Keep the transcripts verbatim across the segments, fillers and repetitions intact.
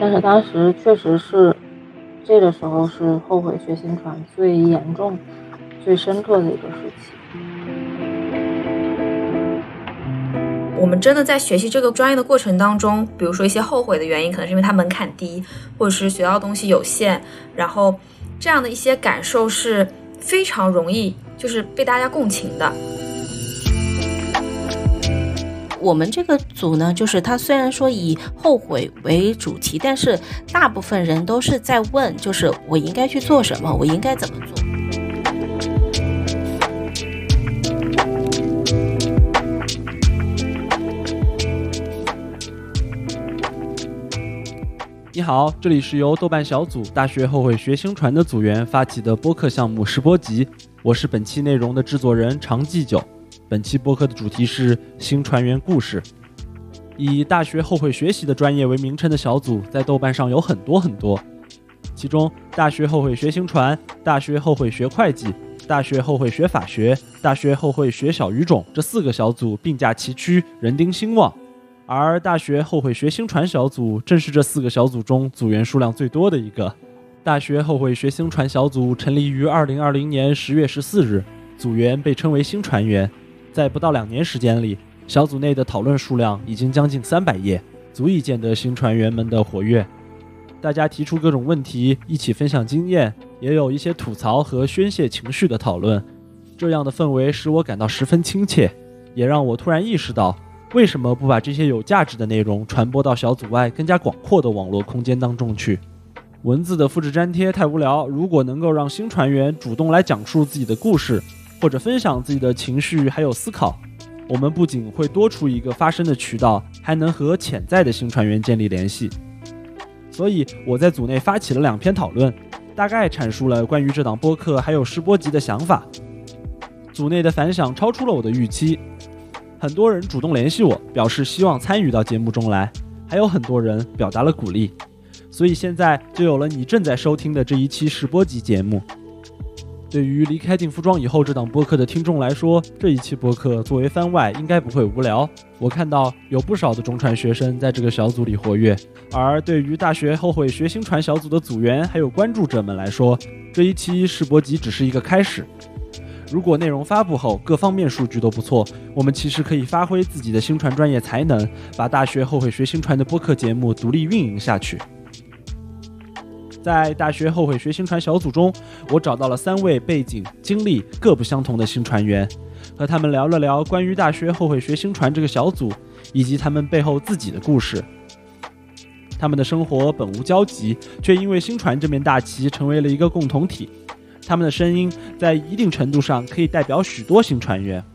但是当时确实是这个时候是后悔学新传最严重最深刻的一个时期。 我们真的在学习这个专业的过程当中，比如说一些后悔的原因，可能是因为它门槛低，或者是学到的东西有限，然后这样的一些感受是非常容易就是被大家共情的。 我们这个组呢，就是它虽然说以后悔为主题，但是大部分人都是在问，就是我应该去做什么，我应该怎么做。 你好，这里是由豆瓣小组大学后悔学新传的组员发起的播客项目试播集，我是本期内容的制作人常继久。本期播客的主题是新传员故事。以大学后悔学习的专业为名称的小组在豆瓣上有很多很多，其中大学后悔学新传、大学后悔学会计、大学后悔学法学、大学后悔学小语种这四个小组并驾齐驱，人丁兴旺。而大学后悔学新传小组正是这四个小组中组员数量最多的一个。大学后悔学新传小组成立于二零二零年十月十四日，组员被称为新传员。在不到两年时间里，小组内的讨论数量已经将近三百页，足以见得新传员们的活跃。大家提出各种问题，一起分享经验，也有一些吐槽和宣泄情绪的讨论。这样的氛围使我感到十分亲切，也让我突然意识到，为什么不把这些有价值的内容传播到小组外更加广阔的网络空间当中去？文字的复制粘贴太无聊，如果能够让新传员主动来讲述自己的故事，或者分享自己的情绪还有思考，我们不仅会多出一个发声的渠道，还能和潜在的新传员建立联系。所以我在组内发起了两篇讨论，大概阐述了关于这档播客还有试播集的想法。组内的反响超出了我的预期，很多人主动联系我，表示希望参与到节目中来，还有很多人表达了鼓励。所以现在就有了你正在收听的这一期试播集节目。对于离开定服装以后这档播客的听众来说，这一期播客作为番外应该不会无聊。我看到有不少的中传学生在这个小组里活跃，而对于大学后悔学新传小组的组员还有关注者们来说，这一期试播集只是一个开始。如果内容发布后各方面数据都不错，我们其实可以发挥自己的新传专业才能，把大学后悔学新传的播客节目独立运营下去。在大学后悔学新传小组中，我找到了三位背景经历各不相同的新传员，和他们聊了聊关于大学后悔学新传这个小组以及他们背后自己的故事。他们的生活本无交集，却因为新传这面大旗成为了一个共同体。他们的声音在一定程度上可以代表许多新传员。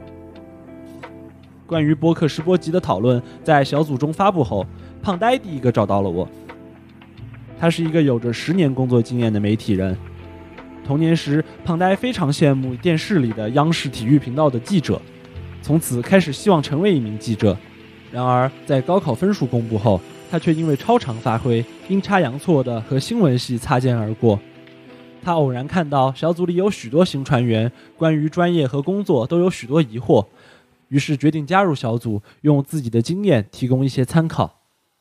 关于播客试播集的讨论在小组中发布后，胖呆第一个找到了我。他是一个有着十年工作经验的媒体人。童年时，胖呆非常羡慕电视里的央视体育频道的记者，从此开始希望成为一名记者。然而在高考分数公布后，他却因为超常发挥，阴差阳错地和新闻系擦肩而过。他偶然看到小组里有许多新传员，关于专业和工作都有许多疑惑，于是决定加入小组，用自己的经验提供一些参考。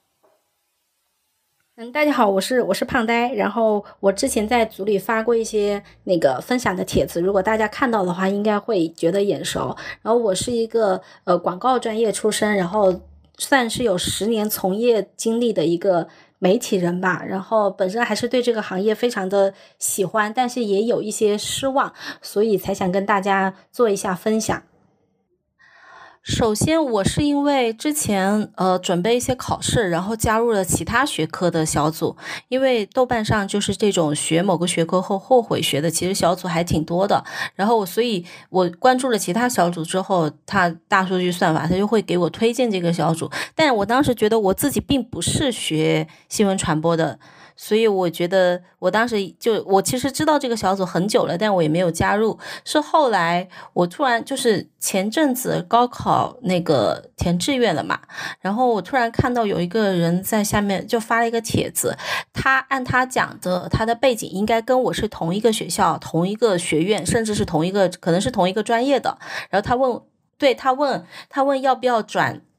嗯，大家好，我是我是胖呆。然后我之前在组里发过一些那个分享的帖子，如果大家看到的话，应该会觉得眼熟。然后我是一个呃广告专业出身，然后算是有十年从业经历的一个媒体人吧。然后本身还是对这个行业非常的喜欢，但是也有一些失望，所以才想跟大家做一下分享。 首先我是因为之前呃准备一些考试，然后加入了其他学科的小组，因为豆瓣上就是这种学某个学科后后悔学的其实小组还挺多的，然后所以我关注了其他小组之后，它大数据算法它就会给我推荐这个小组，但我当时觉得我自己并不是学新闻传播的，所以我觉得我当时就我其实知道这个小组很久了，但我也没有加入。是后来我突然就是前阵子高考那个填志愿了嘛，然后我突然看到有一个人在下面就发了一个帖子，他按他讲的他的背景应该跟我是同一个学校同一个学院，甚至是同一个可能是同一个专业的，然后他问对他问他问要不要转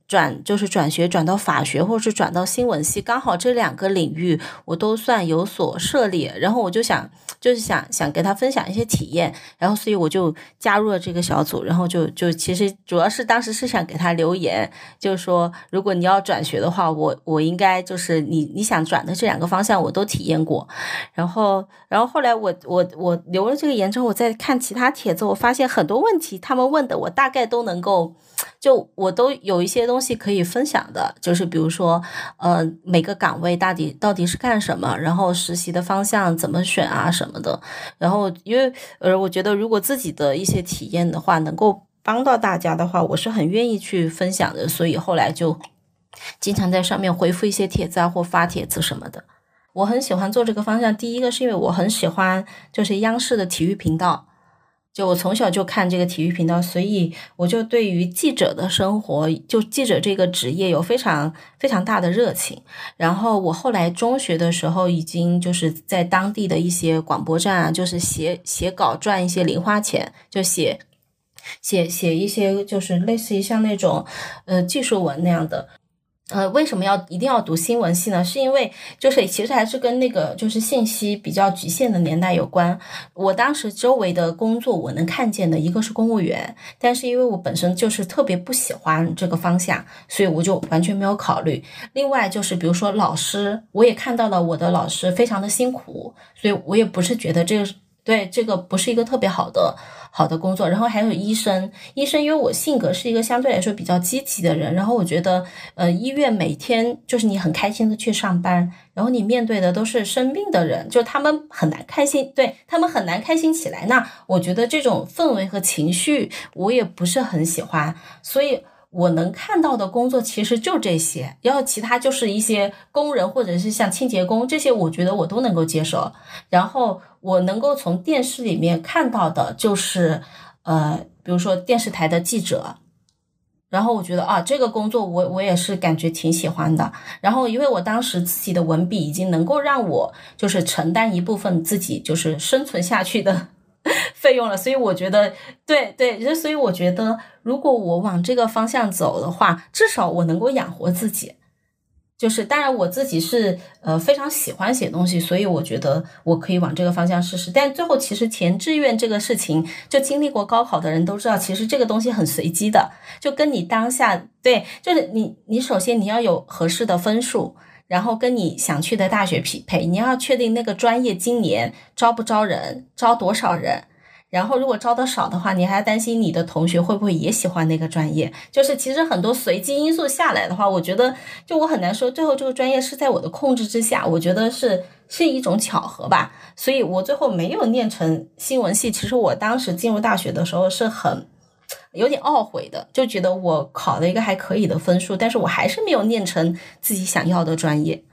转就是转学转到法学，或者是转到新闻系，刚好这两个领域我都算有所涉猎，然后我就想就是想想给他分享一些体验，然后所以我就加入了这个小组，然后就就其实主要是当时是想给他留言，就是说如果你要转学的话，我我应该就是你你想转的这两个方向我都体验过，然后然后后来我我我留了这个言之后，我再看其他帖子，我发现很多问题他们问的我大概都能够。就我都有一些东西可以分享的，就是比如说，呃，每个岗位到底到底是干什么，然后实习的方向怎么选啊什么的。然后因为呃，我觉得如果自己的一些体验的话，能够帮到大家的话，我是很愿意去分享的。所以后来就经常在上面回复一些帖子啊，或发帖子什么的。我很喜欢做这个方向，第一个是因为我很喜欢就是央视的体育频道。就我从小就看这个体育频道，所以我就对于记者的生活，就记者这个职业有非常非常大的热情。然后我后来中学的时候，已经就是在当地的一些广播站啊，就是写写稿赚一些零花钱，就写写写一些就是类似于像那种呃技术文那样的。呃，为什么要一定要读新闻系呢？是因为就是其实还是跟那个就是信息比较局限的年代有关。我当时周围的工作我能看见的一个是公务员，但是因为我本身就是特别不喜欢这个方向，所以我就完全没有考虑。另外就是比如说老师，我也看到了我的老师非常的辛苦，所以我也不是觉得这个对这个不是一个特别好的好的工作。然后还有医生，医生因为我性格是一个相对来说比较积极的人，然后我觉得呃医院每天就是你很开心的去上班，然后你面对的都是生病的人，就他们很难开心，对他们很难开心起来，那我觉得这种氛围和情绪我也不是很喜欢，所以我能看到的工作其实就这些，然后其他就是一些工人或者是像清洁工，这些我觉得我都能够接受。然后我能够从电视里面看到的就是呃，比如说电视台的记者，然后我觉得啊，这个工作我我也是感觉挺喜欢的。然后因为我当时自己的文笔已经能够让我就是承担一部分自己就是生存下去的费用了，所以我觉得对对，所以我觉得如果我往这个方向走的话，至少我能够养活自己。就是当然我自己是呃非常喜欢写东西，所以我觉得我可以往这个方向试试。但最后其实填志愿这个事情，就经历过高考的人都知道，其实这个东西很随机的，就跟你当下对，就是你你首先你要有合适的分数，然后跟你想去的大学匹配，你要确定那个专业今年招不招人，招多少人。然后如果招的少的话，你还担心你的同学会不会也喜欢那个专业，就是其实很多随机因素下来的话，我觉得就我很难说最后这个专业是在我的控制之下，我觉得是是一种巧合吧。所以我最后没有念成新闻系，其实我当时进入大学的时候是很有点懊悔的，就觉得我考了一个还可以的分数，但是我还是没有念成自己想要的专业。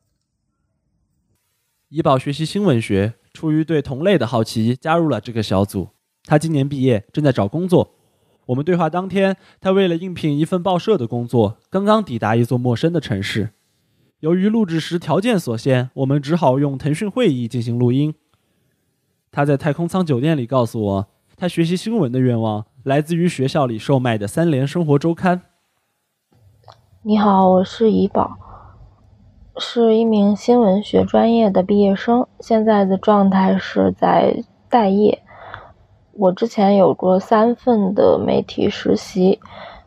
怡宝学习新闻学，出于对同类的好奇，加入了这个小组。他今年毕业，正在找工作。我们对话当天，他为了应聘一份报社的工作，刚刚抵达一座陌生的城市。由于录制时条件所限，我们只好用腾讯会议进行录音。他在太空舱酒店里告诉我，他学习新闻的愿望来自于学校里售卖的三联生活周刊。 你好，我是怡宝，是一名新闻学专业的毕业生，现在的状态是在待业。我之前有过三份的媒体实习，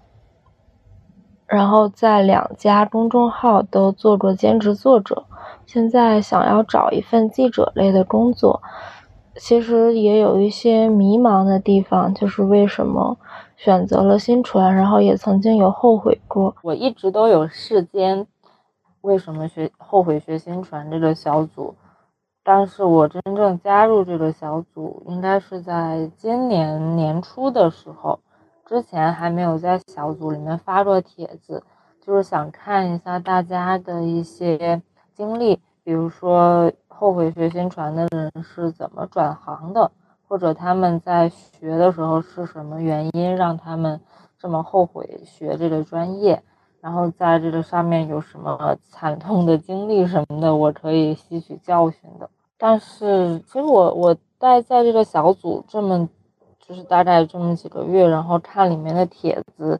然后在两家公众号都做过兼职作者，现在想要找一份记者类的工作，其实也有一些迷茫的地方，就是为什么选择了新传，然后也曾经有后悔过。我一直都有世间为什么学后悔学新传这个小组，但是我真正加入这个小组应该是在今年年初的时候，之前还没有在小组里面发过帖子，就是想看一下大家的一些经历，比如说后悔学新传的人是怎么转行的，或者他们在学的时候是什么原因让他们这么后悔学这个专业，然后在这个上面有什么惨痛的经历什么的，我可以吸取教训的。但是其实我我待在这个小组这么就是大概这么几个月，然后看里面的帖子，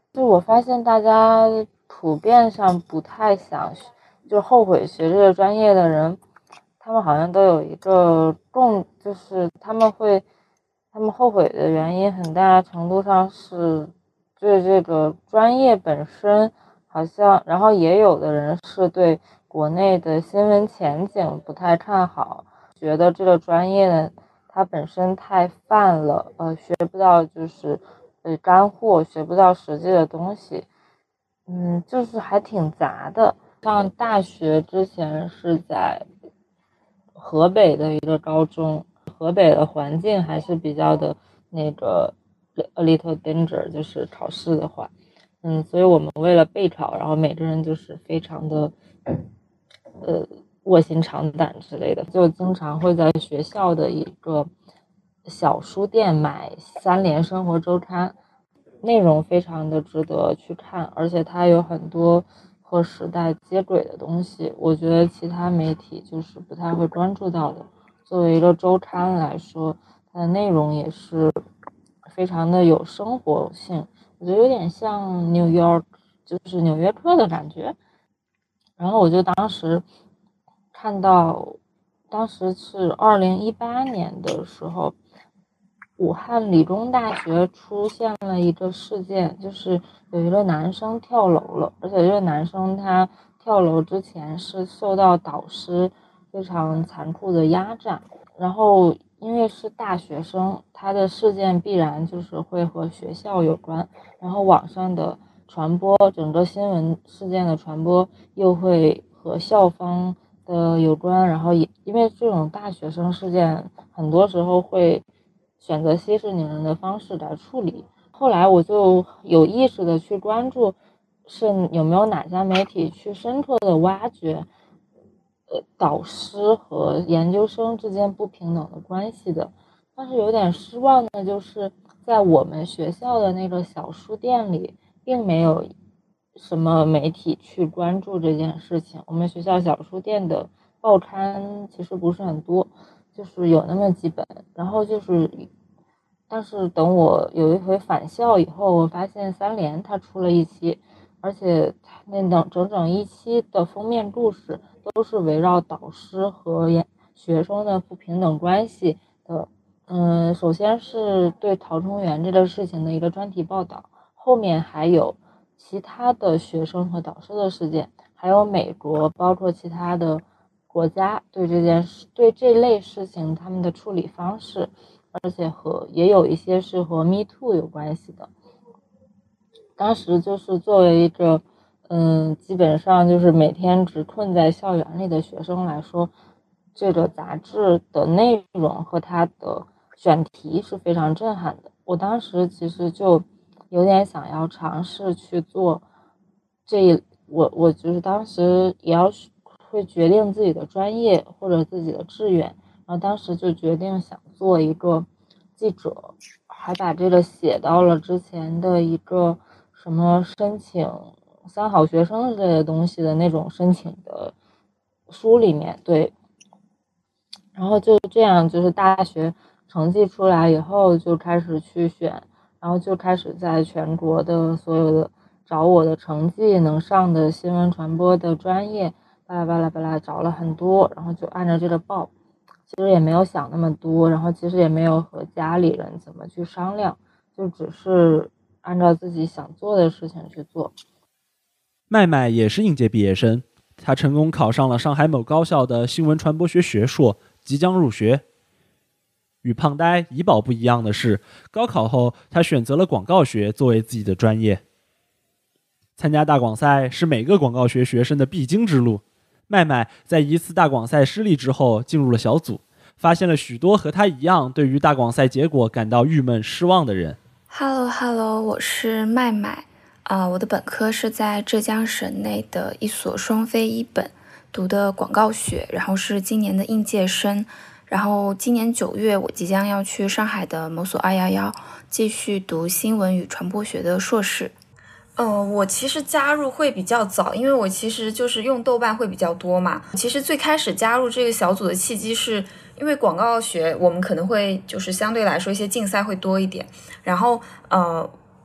就我发现大家普遍上不太想，就后悔学这个专业的人，他们好像都有一个共，就是他们会，他们后悔的原因很大程度上是对这个专业本身好像，然后也有的人是对国内的新闻前景不太看好，觉得这个专业呢它本身太泛了，呃，学不到就是呃干货，学不到实际的东西，嗯，就是还挺杂的。上大学之前是在河北的一个高中，河北的环境还是比较的那个 a little danger， 就是考试的话，嗯，所以我们为了备考，然后每个人就是非常的呃卧薪尝胆之类的，就经常会在学校的一个小书店买三联生活周刊，内容非常的值得去看，而且它有很多和时代接轨的东西，我觉得其他媒体就是不太会关注到的。作为一个周刊来说，它的内容也是非常的有生活性，我觉得有点像 New York， 就是纽约客的感觉。然后我就当时看到，当时是二零一八年的时候，武汉理工大学出现了一个事件，就是有一个男生跳楼了，而且这个男生他跳楼之前是受到导师非常残酷的压榨，然后因为是大学生，他的事件必然就是会和学校有关，然后网上的传播，整个新闻事件的传播又会和校方的有关，然后也因为这种大学生事件很多时候会选择息事宁人的方式来处理。后来我就有意识的去关注，是有没有哪家媒体去深刻的挖掘呃导师和研究生之间不平等的关系的。但是有点失望的就是在我们学校的那个小书店里并没有什么媒体去关注这件事情。我们学校小书店的报刊其实不是很多，就是有那么几本，然后就是但是等我有一回返校以后，我发现三联它出了一期，而且那整整整一期的封面故事都是围绕导师和学生的不平等关系的。嗯，首先是对陶冲元这个事情的一个专题报道，后面还有其他的学生和导师的事件，还有美国包括其他的国家对这件事对这类事情他们的处理方式，而且和也有一些是和 Me Too 有关系的。当时就是作为一个嗯，基本上就是每天只困在校园里的学生来说，这个杂志的内容和它的选题是非常震撼的。我当时其实就有点想要尝试去做这，我我就是当时也要会决定自己的专业或者自己的志愿，然后当时就决定想做一个记者，还把这个写到了之前的一个什么申请三好学生这类东西的那种申请的书里面。对，然后就这样，就是大学成绩出来以后就开始去选，然后就开始在全国的所有的找我的成绩能上的新闻传播的专业，巴拉巴拉巴拉找了很多，然后就按照这个报。其实也没有想那么多，然后其实也没有和家里人怎么去商量，就只是按照自己想做的事情去做。 麦麦也是应届毕业生，他成功考上了上海某高校的新闻传播学学硕，即将入学。与胖呆、怡宝不一样的是，高考后他选择了广告学作为自己的专业。参加大广赛是每个广告学学生的必经之路。麦麦在一次大广赛失利之后进入了小组，发现了许多和他一样对于大广赛结果感到郁闷失望的人。 Hello Hello， 我是麦麦，啊、呃，我的本科是在浙江省内的一所双非一本读的广告学，然后是今年的应届生，然后今年九月我即将要去上海的某所二一一继续读新闻与传播学的硕士。 呃，我其实加入会比较早，因为我其实就是用豆瓣会比较多嘛。其实最开始加入这个小组的契机是因为广告学我们可能会就是相对来说一些竞赛会多一点，然后呃，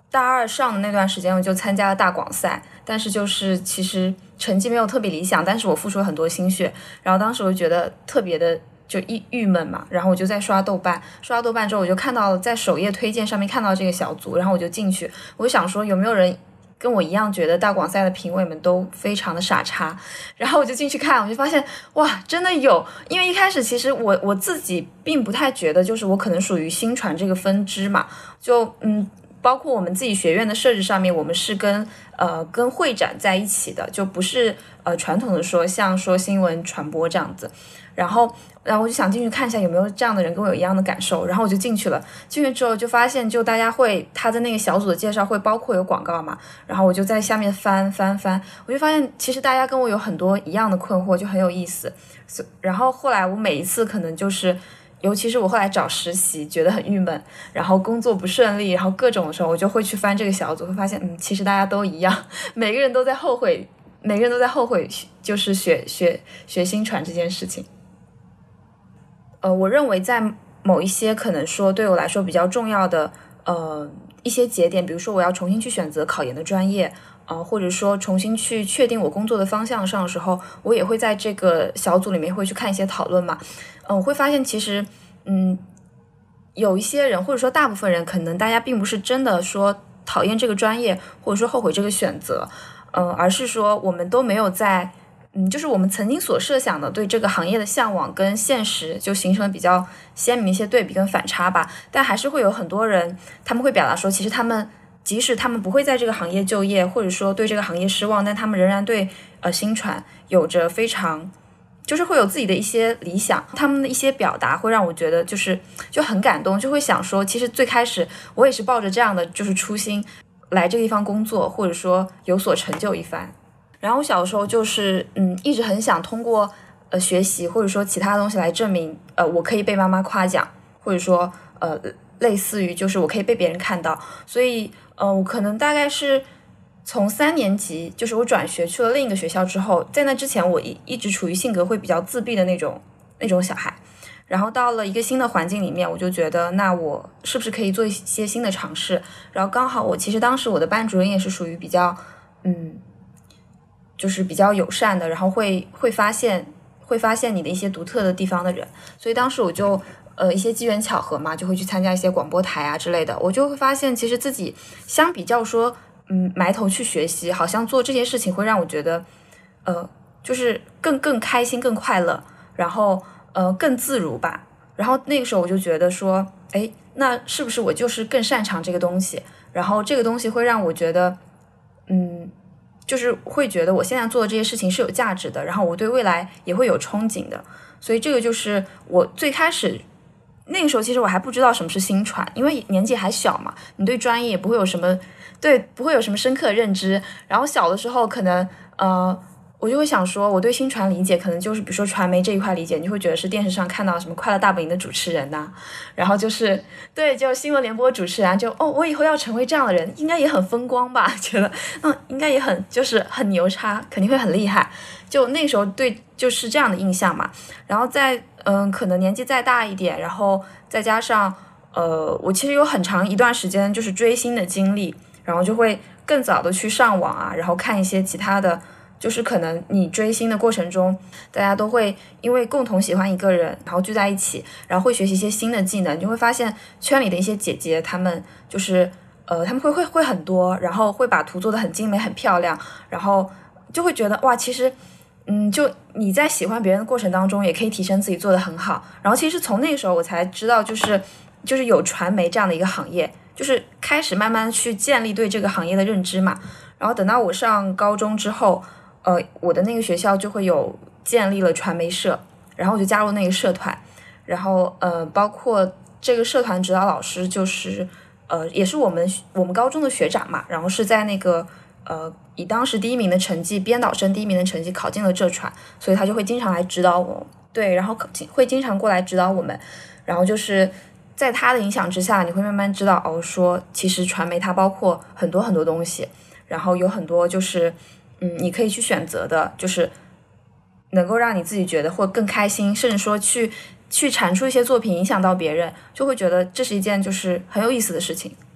大二上的那段时间我就参加了大广赛，但是就是其实成绩没有特别理想，但是我付出了很多心血，然后当时我就觉得特别的就郁郁闷嘛，然后我就在刷豆瓣，刷豆瓣之后我就看到了在首页推荐上面看到这个小组，然后我就进去，我就想说有没有人跟我一样觉得大广赛的评委们都非常的傻叉，然后我就进去看，我就发现哇真的有，因为一开始其实我我自己并不太觉得就是我可能属于新传这个分支嘛，就嗯包括我们自己学院的设置上面，我们是跟呃跟会展在一起的，就不是呃传统的说像说新闻传播这样子。然后然后我就想进去看一下有没有这样的人跟我有一样的感受，然后我就进去了。进去之后就发现，就大家会他的那个小组的介绍会包括有广告嘛，然后我就在下面翻翻翻，我就发现其实大家跟我有很多一样的困惑，就很有意思。然后后来我每一次可能就是。尤其是我后来找实习觉得很郁闷，然后工作不顺利，然后各种的时候，我就会去翻这个小组，会发现嗯，其实大家都一样，每个人都在后悔，每个人都在后悔，就是学学学新传这件事情。呃，我认为在某一些可能说对我来说比较重要的呃一些节点，比如说我要重新去选择考研的专业。呃，或者说重新去确定我工作的方向上的时候，我也会在这个小组里面会去看一些讨论嘛。嗯、呃，我会发现其实，嗯，有一些人或者说大部分人，可能大家并不是真的说讨厌这个专业，或者说后悔这个选择，嗯、呃，而是说我们都没有在，嗯，就是我们曾经所设想的对这个行业的向往跟现实就形成了比较鲜明一些对比跟反差吧。但还是会有很多人，他们会表达说，其实他们。即使他们不会在这个行业就业，或者说对这个行业失望，但他们仍然对呃新传有着非常，就是会有自己的一些理想。他们的一些表达会让我觉得就是就很感动，就会想说，其实最开始我也是抱着这样的就是初心来这个地方工作，或者说有所成就一番。然后我小时候就是嗯一直很想通过呃学习或者说其他东西来证明呃我可以被妈妈夸奖，或者说呃类似于就是我可以被别人看到，所以。呃，我可能大概是从三年级，就是我转学去了另一个学校之后，在那之前我一一直处于性格会比较自闭的那种那种小孩，然后到了一个新的环境里面，我就觉得那我是不是可以做一些新的尝试？然后刚好我其实当时我的班主任也是属于比较嗯，就是比较友善的，然后会会发现会发现你的一些独特的地方的人，所以当时我就。呃，一些机缘巧合嘛，就会去参加一些广播台啊之类的，我就会发现，其实自己相比较说，嗯，埋头去学习，好像做这些事情会让我觉得，呃，就是更更开心、更快乐，然后呃更自如吧。然后那个时候我就觉得说，哎，那是不是我就是更擅长这个东西？然后这个东西会让我觉得，嗯，就是会觉得我现在做的这些事情是有价值的，然后我对未来也会有憧憬的。所以这个就是我最开始。那个时候其实我还不知道什么是新传，因为年纪还小嘛，你对专业也不会有什么对不会有什么深刻的认知。然后小的时候可能呃，我就会想说，我对新传理解可能就是比如说传媒这一块理解，你会觉得是电视上看到什么快乐大本营的主持人呐、啊，然后就是对，就新闻联播主持人，就哦，我以后要成为这样的人，应该也很风光吧？觉得嗯，应该也很就是很牛叉，肯定会很厉害。就那个时候对就是这样的印象嘛。然后在嗯，可能年纪再大一点，然后再加上呃，我其实有很长一段时间就是追星的经历，然后就会更早的去上网啊，然后看一些其他的，就是可能你追星的过程中，大家都会因为共同喜欢一个人，然后聚在一起，然后会学习一些新的技能，你就会发现圈里的一些姐姐，她们就是呃，她们会会会很多，然后会把图做得很精美、很漂亮，然后就会觉得哇，其实。嗯，就你在喜欢别人的过程当中，也可以提升自己做得很好。然后其实从那个时候我才知道，就是就是有传媒这样的一个行业，就是开始慢慢去建立对这个行业的认知嘛。然后等到我上高中之后，呃，我的那个学校就会有建立了传媒社，然后我就加入那个社团。然后呃，包括这个社团指导老师就是呃，也是我们我们高中的学长嘛，然后是在那个呃。以当时第一名的成绩，编导生第一名的成绩考进了浙传，所以他就会经常来指导我，对，然后会经常过来指导我们，然后就是在他的影响之下，你会慢慢知道哦，说其实传媒它包括很多很多东西，然后有很多就是嗯，你可以去选择的，就是能够让你自己觉得或更开心，甚至说去去产出一些作品影响到别人，就会觉得这是一件就是很有意思的事情。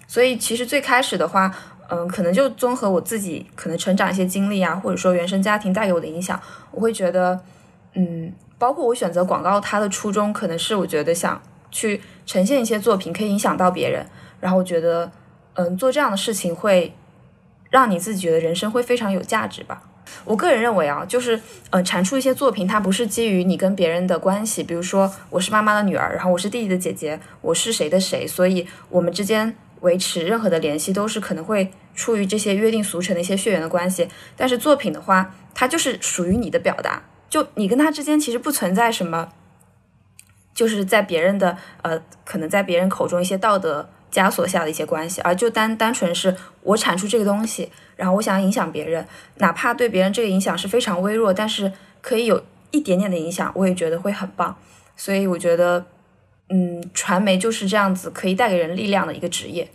所以其实最开始的话，嗯，可能就综合我自己可能成长一些经历啊，或者说原生家庭带给我的影响，我会觉得，嗯，包括我选择广告，它的初衷可能是我觉得想去呈现一些作品可以影响到别人，然后我觉得，嗯，做这样的事情会让你自己觉得人生会非常有价值吧。我个人认为啊，就是呃，产出一些作品，它不是基于你跟别人的关系，比如说我是妈妈的女儿，然后我是弟弟的姐姐，我是谁的谁，所以我们之间维持任何的联系都是可能会出于这些约定俗成的一些血缘的关系。但是作品的话，它就是属于你的表达，就你跟他之间其实不存在什么，就是在别人的呃，可能在别人口中一些道德枷锁下的一些关系，而就单单纯是我产出这个东西，然后我想影响别人，哪怕对别人这个影响是非常微弱，但是可以有一点点的影响，我也觉得会很棒。所以我觉得嗯，传媒就是这样子可以带给人力量的一个职业。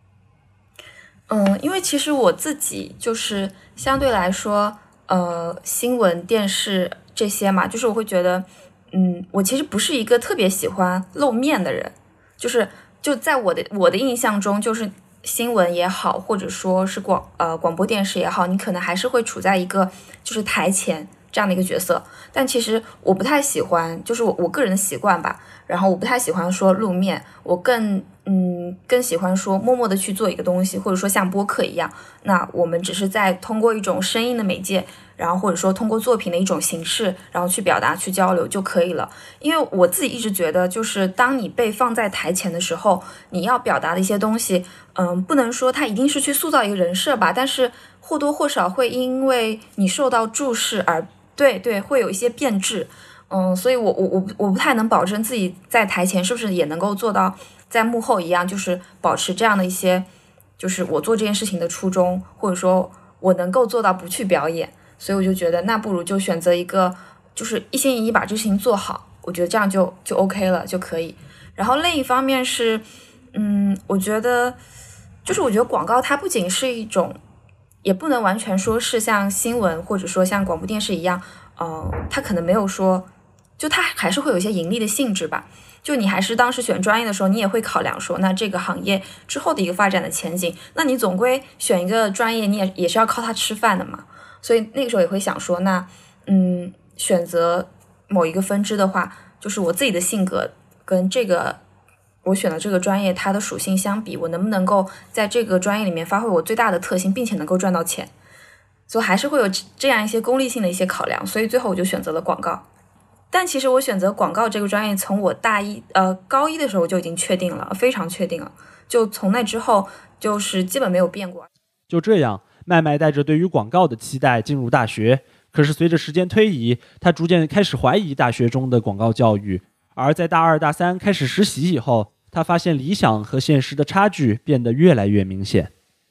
嗯，因为其实我自己就是相对来说呃，新闻电视这些嘛，就是我会觉得嗯，我其实不是一个特别喜欢露面的人，就是就在我的我的印象中，就是新闻也好，或者说是广呃广播电视也好，你可能还是会处在一个就是台前这样的一个角色。但其实我不太喜欢，就是我我个人的习惯吧。然后我不太喜欢说露面，我更嗯更喜欢说默默的去做一个东西，或者说像播客一样，那我们只是在通过一种声音的媒介，然后或者说通过作品的一种形式，然后去表达去交流就可以了。因为我自己一直觉得，就是当你被放在台前的时候，你要表达的一些东西，嗯，不能说它一定是去塑造一个人设吧，但是或多或少会因为你受到注视而对对会有一些变质。嗯，所以我我我我不太能保证自己在台前是不是也能够做到在幕后一样，就是保持这样的一些，就是我做这件事情的初衷，或者说我能够做到不去表演。所以我就觉得那不如就选择一个就是一心一意把这事情做好，我觉得这样就就 OK 了就可以。然后另一方面是嗯，我觉得就是我觉得广告它不仅是一种，也不能完全说是像新闻或者说像广播电视一样，呃，它可能没有说就它还是会有一些盈利的性质吧。就你还是当时选专业的时候，你也会考量说那这个行业之后的一个发展的前景，那你总归选一个专业你也也是要靠它吃饭的嘛。所以那个时候也会想说那嗯，选择某一个分支的话，就是我自己的性格跟这个我选的这个专业它的属性相比，我能不能够在这个专业里面发挥我最大的特性，并且能够赚到钱。所以还是会有这样一些功利性的一些考量，所以最后我就选择了广告。但其实我选择广告这个专业，从我大一呃高一的时候就已经确定了，非常确定了，就从那之后就是基本没有变过。 就这样，麦麦带着对于广告的期待进入大学，可是随着时间推移，他逐渐开始怀疑大学中的广告教育。而在大二大三开始实习以后，他发现理想和现实的差距变得越来越明显。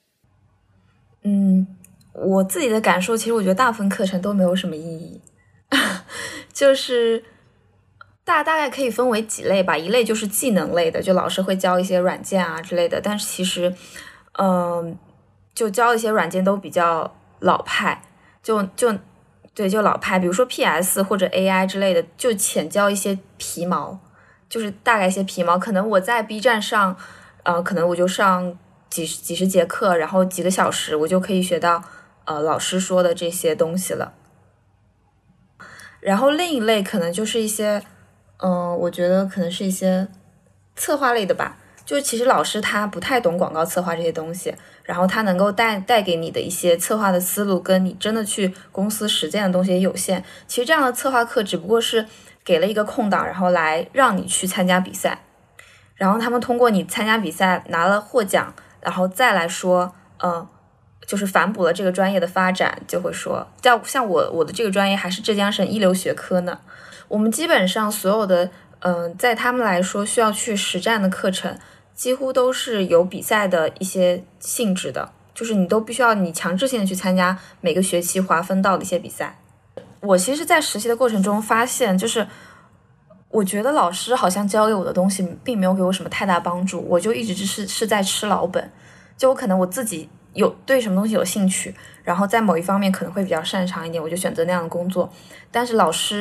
嗯，我自己的感受，其实我觉得大部分课程都没有什么意义。就是大大概可以分为几类吧，一类就是技能类的，就老师会教一些软件啊之类的，但是其实嗯、呃，就教一些软件都比较老派，就就对就老派，比如说 P S 或者 A I 之类的，就浅教一些皮毛，就是大概一些皮毛。可能我在 B 站上呃，可能我就上几十几十节课，然后几个小时我就可以学到呃老师说的这些东西了。然后另一类可能就是一些嗯、呃，我觉得可能是一些策划类的吧，就其实老师他不太懂广告策划这些东西，然后他能够带带给你的一些策划的思路跟你真的去公司实践的东西也有限。其实这样的策划课只不过是给了一个空档，然后来让你去参加比赛，然后他们通过你参加比赛拿了获奖，然后再来说嗯、呃就是反哺了这个专业的发展，就会说像像我我的这个专业还是浙江省一流学科呢，我们基本上所有的嗯、呃，在他们来说需要去实战的课程几乎都是有比赛的一些性质的，就是你都必须要你强制性的去参加每个学期划分到的一些比赛。我其实在实习的过程中发现，就是我觉得老师好像教给我的东西并没有给我什么太大帮助，我就一直是是在吃老本，就我可能我自己有对什么东西有兴趣，然后在某一方面可能会比较擅长一点，我就选择那样的工作。但是老师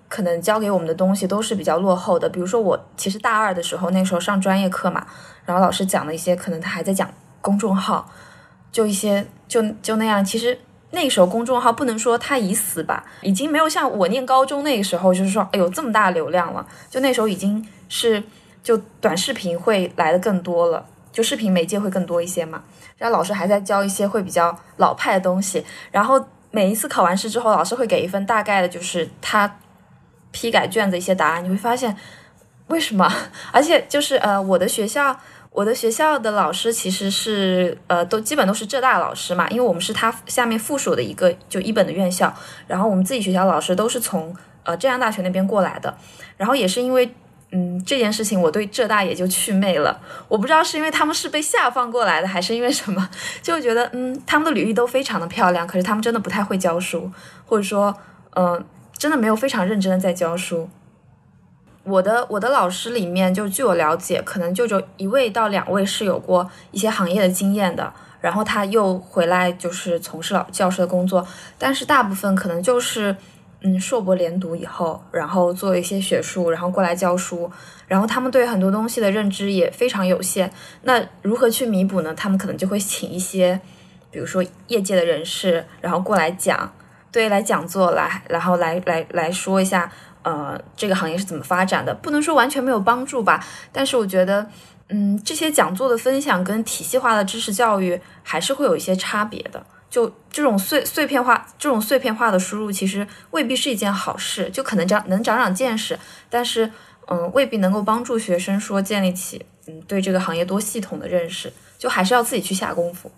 可能教给我们的东西都是比较落后的。比如说我其实大二的时候，那时候上专业课嘛，然后老师讲的一些，可能他还在讲公众号，就一些就就那样。其实那个时候公众号不能说它已死吧，已经没有像我念高中那个时候，就是说哎呦这么大流量了，就那时候已经是就短视频会来的更多了，就视频媒介会更多一些嘛。然后老师还在教一些会比较老派的东西，然后每一次考完试之后，老师会给一份大概的就是他批改卷子一些答案，你会发现为什么？而且就是呃，我的学校，我的学校的老师其实是呃，都基本都是浙大老师嘛，因为我们是他下面附属的一个就一本的院校，然后我们自己学校老师都是从呃浙江大学那边过来的，然后也是因为嗯这件事情，我对浙大也就祛魅了。我不知道是因为他们是被下放过来的，还是因为什么，就觉得嗯他们的履历都非常的漂亮，可是他们真的不太会教书，或者说嗯。呃真的没有非常认真的在教书。我的我的老师里面，就据我了解，可能就只有一位到两位是有过一些行业的经验的，然后他又回来就是从事老教师的工作，但是大部分可能就是嗯硕博连读以后，然后做一些学术，然后过来教书，然后他们对很多东西的认知也非常有限。那如何去弥补呢？他们可能就会请一些比如说业界的人士，然后过来讲。对，来讲座来，然后来来来说一下，呃，这个行业是怎么发展的。不能说完全没有帮助吧，但是我觉得，嗯，这些讲座的分享跟体系化的知识教育还是会有一些差别的。就这种碎碎片化、这种碎片化的输入，其实未必是一件好事，就可能长能长长见识，但是，嗯，未必能够帮助学生说建立起嗯对这个行业多系统的认识，就还是要自己去下功夫。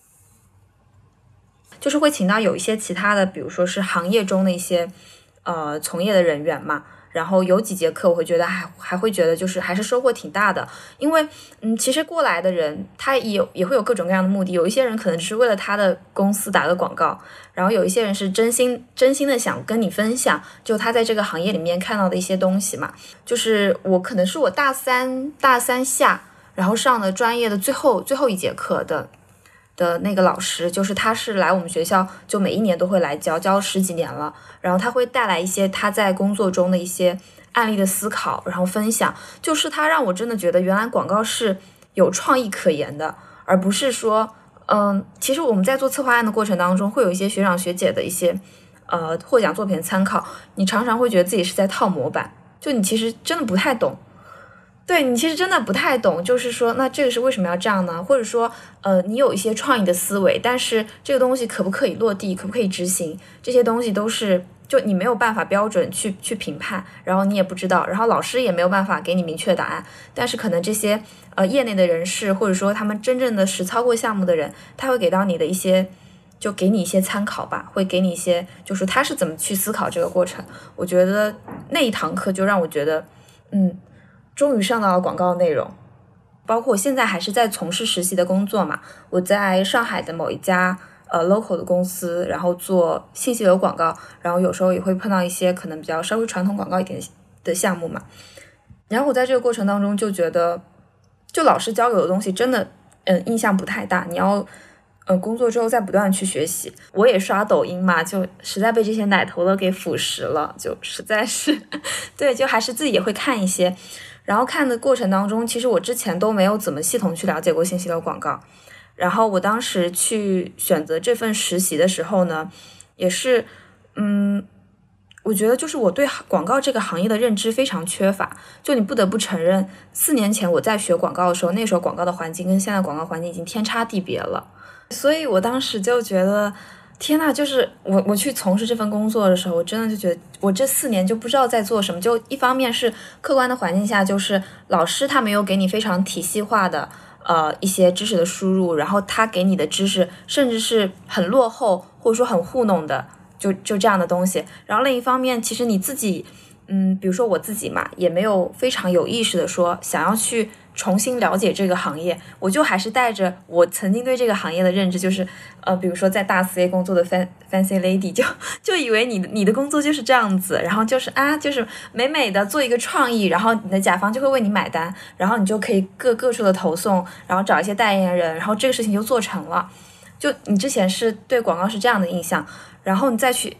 就是会请到有一些其他的，比如说是行业中的一些呃从业的人员嘛，然后有几节课我会觉得还还会觉得就是还是收获挺大的，因为嗯其实过来的人他也有也会有各种各样的目的，有一些人可能只是为了他的公司打个广告，然后有一些人是真心真心的想跟你分享就他在这个行业里面看到的一些东西嘛。就是我可能是我大三大三下然后上的专业的最后最后一节课的的那个老师，就是他是来我们学校就每一年都会来教，教了十几年了，然后他会带来一些他在工作中的一些案例的思考，然后分享，就是他让我真的觉得原来广告是有创意可言的，而不是说嗯，其实我们在做策划案的过程当中会有一些学长学姐的一些呃获奖作品的参考，你常常会觉得自己是在套模板，就你其实真的不太懂，对，你其实真的不太懂，就是说那这个是为什么要这样呢？或者说呃你有一些创意的思维，但是这个东西可不可以落地，可不可以执行，这些东西都是就你没有办法标准去去评判，然后你也不知道，然后老师也没有办法给你明确答案，但是可能这些呃业内的人士，或者说他们真正的实操过项目的人，他会给到你的一些就给你一些参考吧，会给你一些就是他是怎么去思考这个过程。我觉得那一堂课就让我觉得嗯终于上到了广告内容，包括我现在还是在从事实习的工作嘛，我在上海的某一家呃 local 的公司，然后做信息流广告，然后有时候也会碰到一些可能比较稍微传统广告一点的项目嘛。然后我在这个过程当中就觉得，就老师教给我的东西真的嗯印象不太大，你要呃工作之后再不断的去学习。我也刷抖音嘛，就实在被这些奶头的给腐蚀了，就实在是对，就还是自己也会看一些。然后看的过程当中，其实我之前都没有怎么系统去了解过信息流广告。然后我当时去选择这份实习的时候呢，也是，嗯，我觉得就是我对广告这个行业的认知非常缺乏。就你不得不承认，四年前我在学广告的时候，那时候广告的环境跟现在广告环境已经天差地别了。所以我当时就觉得，天呐，就是我我去从事这份工作的时候，我真的就觉得我这四年就不知道在做什么。就一方面是客观的环境下，就是老师他没有给你非常体系化的呃一些知识的输入，然后他给你的知识甚至是很落后或者说很糊弄的，就就这样的东西。然后另一方面，其实你自己嗯，比如说我自己嘛，也没有非常有意识的说想要去重新了解这个行业，我就还是带着我曾经对这个行业的认知，就是呃，比如说在大四 A 工作的 fan, fancy lady， 就就以为你的你的工作就是这样子，然后就是啊，就是美美的做一个创意，然后你的甲方就会为你买单，然后你就可以各各处的投送，然后找一些代言人，然后这个事情就做成了。就你之前是对广告是这样的印象，然后你再去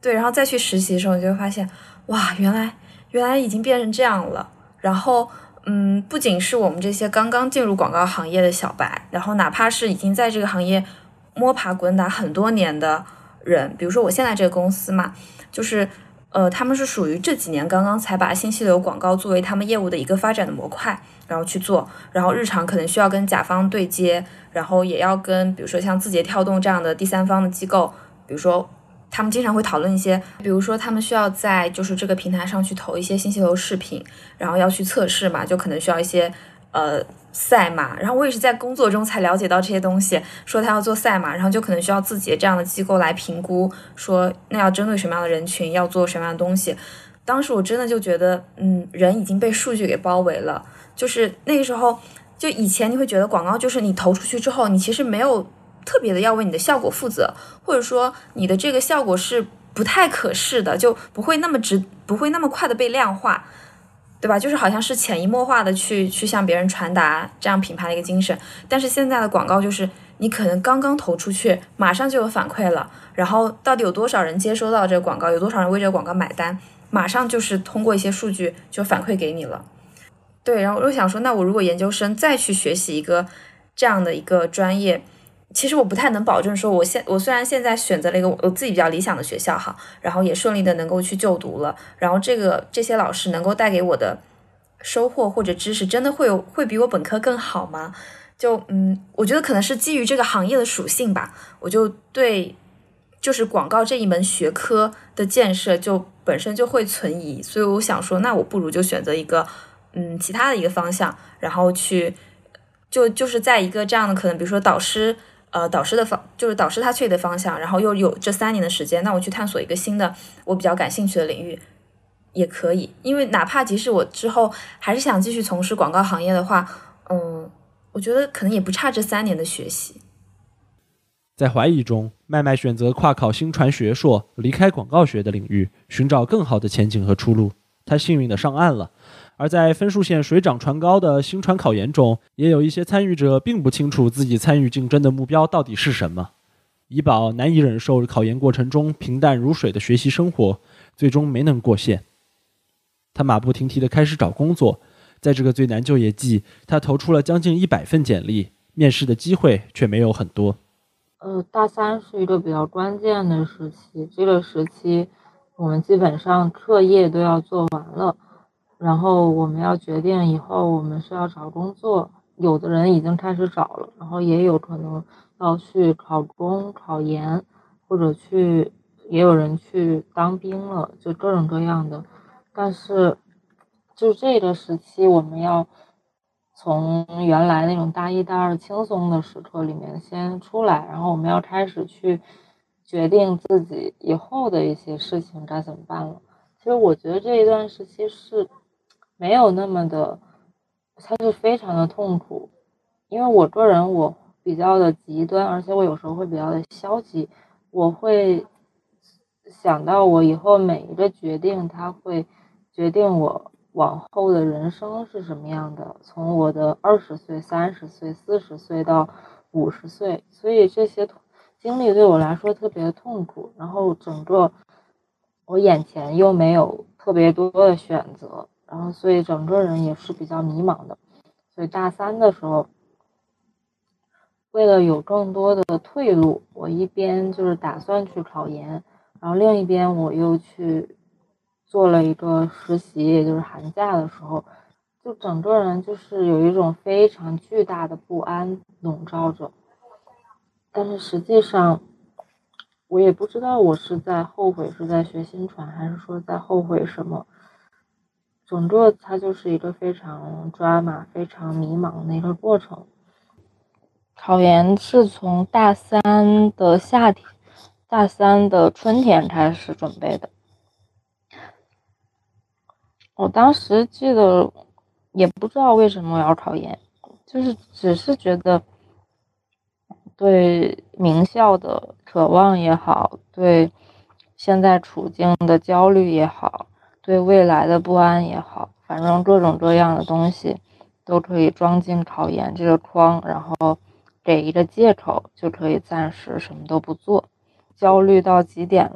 对，然后再去实习的时候，你就会发现，哇，原来原来已经变成这样了。然后，嗯，不仅是我们这些刚刚进入广告行业的小白，然后哪怕是已经在这个行业摸爬滚打很多年的人，比如说我现在这个公司嘛，就是呃，他们是属于这几年刚刚才把信息流广告作为他们业务的一个发展的模块，然后去做，然后日常可能需要跟甲方对接，然后也要跟比如说像字节跳动这样的第三方的机构，比如说他们经常会讨论一些，比如说他们需要在就是这个平台上去投一些信息流视频，然后要去测试嘛，就可能需要一些呃赛马，然后我也是在工作中才了解到这些东西，说他要做赛马，然后就可能需要字节这样的机构来评估，说那要针对什么样的人群，要做什么样的东西。当时我真的就觉得，嗯，人已经被数据给包围了。就是那个时候，就以前你会觉得广告就是你投出去之后，你其实没有特别的要为你的效果负责，或者说你的这个效果是不太可视的，就不会那么直，不会那么快的被量化。对吧？就是好像是潜移默化的去去向别人传达这样品牌的一个精神，但是现在的广告就是你可能刚刚投出去，马上就有反馈了，然后到底有多少人接收到这个广告，有多少人为这个广告买单，马上就是通过一些数据就反馈给你了。对，然后我就想说，那我如果研究生再去学习一个这样的一个专业，其实我不太能保证说我现我虽然现在选择了一个我自己比较理想的学校哈，然后也顺利的能够去就读了，然后这个这些老师能够带给我的收获或者知识真的会有会比我本科更好吗？就嗯，我觉得可能是基于这个行业的属性吧，我就对就是广告这一门学科的建设就本身就会存疑，所以我想说，那我不如就选择一个嗯其他的一个方向，然后去就就是在一个这样的可能比如说导师呃，导师的方就是导师他去的方向，然后又有这三年的时间，那我去探索一个新的我比较感兴趣的领域也可以。因为哪怕即使我之后还是想继续从事广告行业的话，嗯，我觉得可能也不差这三年的学习。 在怀疑中，麦麦选择跨考新传学硕，离开广告学的领域，寻找更好的前景和出路。他幸运地上岸了。而在分数线水涨船高的新传考研中，也有一些参与者并不清楚自己参与竞争的目标到底是什么。怡宝难以忍受考研过程中平淡如水的学习生活，最终没能过线。他马不停蹄地开始找工作，在这个最难就业季，他投出了将近一百份简历，面试的机会却没有很多。 呃，大三是一个比较关键的时期，这个时期我们基本上课业都要做完了。然后我们要决定以后我们是要找工作，有的人已经开始找了，然后也有可能要去考公、考研，或者去，也有人去当兵了，就各种各样的。但是就这个时期，我们要从原来那种大一大二轻松的时刻里面先出来，然后我们要开始去决定自己以后的一些事情该怎么办了。其实我觉得这一段时期是没有那么的，它是非常的痛苦，因为我个人我比较的极端，而且我有时候会比较的消极，我会想到我以后每一个决定，它会决定我往后的人生是什么样的，从我的二十岁、三十岁、四十岁到五十岁，所以这些经历对我来说特别的痛苦，然后整个我眼前又没有特别多的选择。然后所以整个人也是比较迷茫的，所以大三的时候，为了有更多的退路，我一边就是打算去考研，然后另一边我又去做了一个实习，也就是寒假的时候，就整个人就是有一种非常巨大的不安笼罩着。但是实际上我也不知道我是在后悔是在学新传，还是说在后悔什么。整个它就是一个非常 drama 非常迷茫的一个过程。考研是从大三的夏天大三的春天开始准备的。我当时记得也不知道为什么我要考研，就是只是觉得对名校的渴望也好，对现在处境的焦虑也好，对未来的不安也好，反正各种各样的东西都可以装进考研这个框，然后给一个借口就可以暂时什么都不做。焦虑到极点了，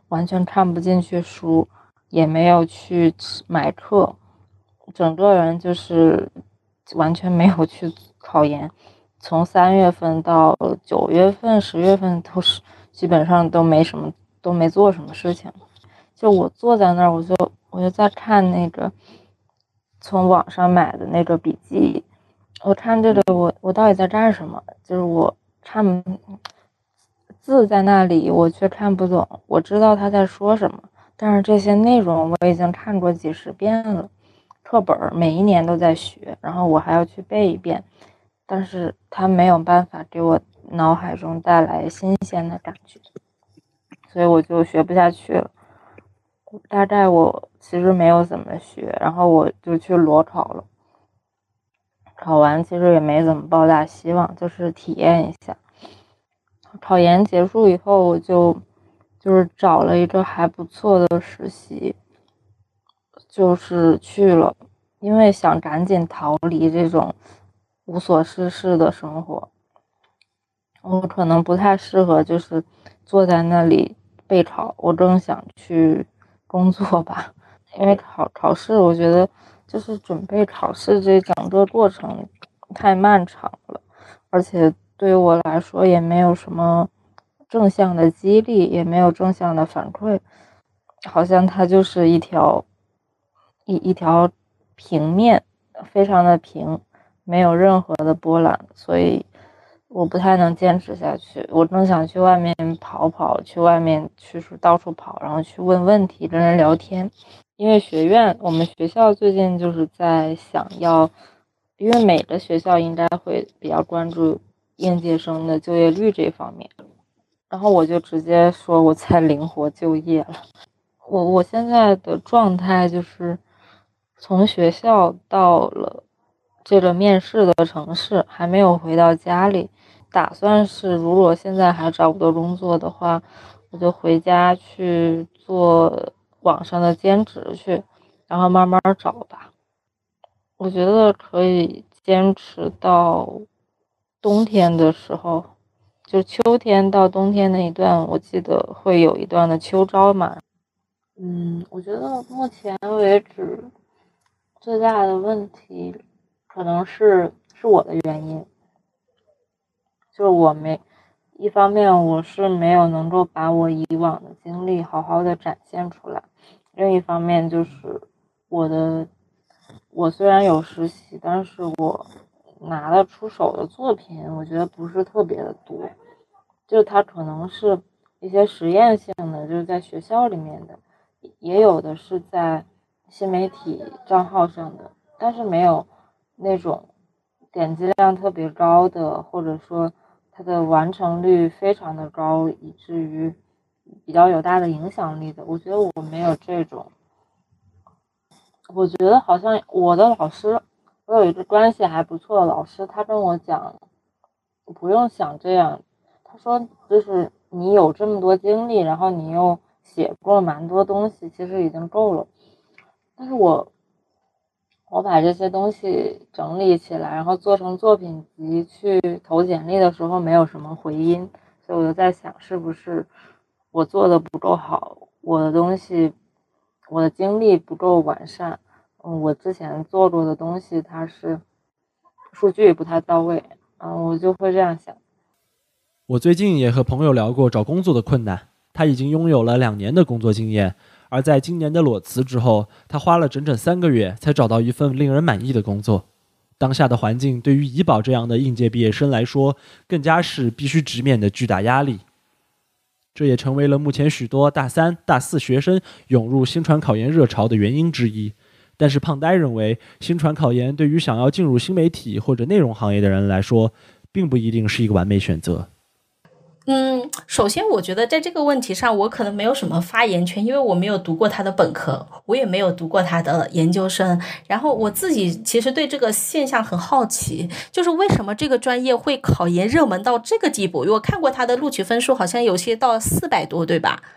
完全看不进去书，也没有去买课，整个人就是完全没有去考研。从三月份到九月份、十月份都是基本上都没什么，都没做什么事情。就我坐在那儿，我就我就在看那个从网上买的那个笔记，我看这个我我到底在干什么？就是我看字在那里，我却看不懂。我知道他在说什么，但是这些内容我已经看过几十遍了，课本每一年都在学，然后我还要去背一遍，但是他没有办法给我脑海中带来新鲜的感觉，所以我就学不下去了。大概我其实没有怎么学，然后我就去裸考了。考完其实也没怎么抱大希望，就是体验一下。考研结束以后，我就就是找了一个还不错的实习，就是去了，因为想赶紧逃离这种无所事事的生活。我可能不太适合就是坐在那里备考，我更想去工作吧。因为考考试我觉得就是准备考试这整个过程太漫长了，而且对于我来说也没有什么正向的激励，也没有正向的反馈，好像它就是一条一一条平面，非常的平，没有任何的波澜，所以我不太能坚持下去。我更想去外面跑跑，去外面去到处跑，然后去问问题，跟人聊天。因为学院我们学校最近就是在想要，因为每个学校应该会比较关注应届生的就业率这方面，然后我就直接说我在灵活就业了。我我现在的状态就是从学校到了这个面试的城市，还没有回到家里，打算是如果现在还找不到工作的话，我就回家去做网上的兼职去，然后慢慢找吧。我觉得可以坚持到冬天的时候，就秋天到冬天那一段，我记得会有一段的秋招嘛。嗯，我觉得目前为止最大的问题可能是是我的原因，就是我没一方面我是没有能够把我以往的经历好好的展现出来，另一方面就是我的我虽然有实习，但是我拿得出手的作品我觉得不是特别的多，就它可能是一些实验性的，就是在学校里面的，也有的是在新媒体账号上的，但是没有那种点击量特别高的，或者说它的完成率非常的高，以至于比较有大的影响力的。我觉得我没有这种。我觉得好像我的老师，我有一个关系还不错的老师，他跟我讲不用想这样，他说就是你有这么多经历，然后你又写过蛮多东西，其实已经够了。但是我我把这些东西整理起来，然后做成作品集去投简历的时候没有什么回音，所以我就在想是不是我做的不够好，我的东西我的经历不够完善，嗯，我之前做过的东西它是数据不太到位，嗯，我就会这样想。 我最近也和朋友聊过找工作的困难，他已经拥有了两年的工作经验，而在今年的裸辞之后，他花了整整三个月才找到一份令人满意的工作。当下的环境对于怡宝这样的应届毕业生来说，更加是必须直面的巨大压力。这也成为了目前许多大三、大四学生涌入新传考研热潮的原因之一。但是胖呆认为，新传考研对于想要进入新媒体或者内容行业的人来说，并不一定是一个完美选择。 嗯，首先我觉得在这个问题上我可能没有什么发言权，因为我没有读过他的本科，我也没有读过他的研究生，然后我自己其实对这个现象很好奇，就是为什么这个专业会考研热门到这个地步。我看过他的录取分数好像有些到四百多，对吧？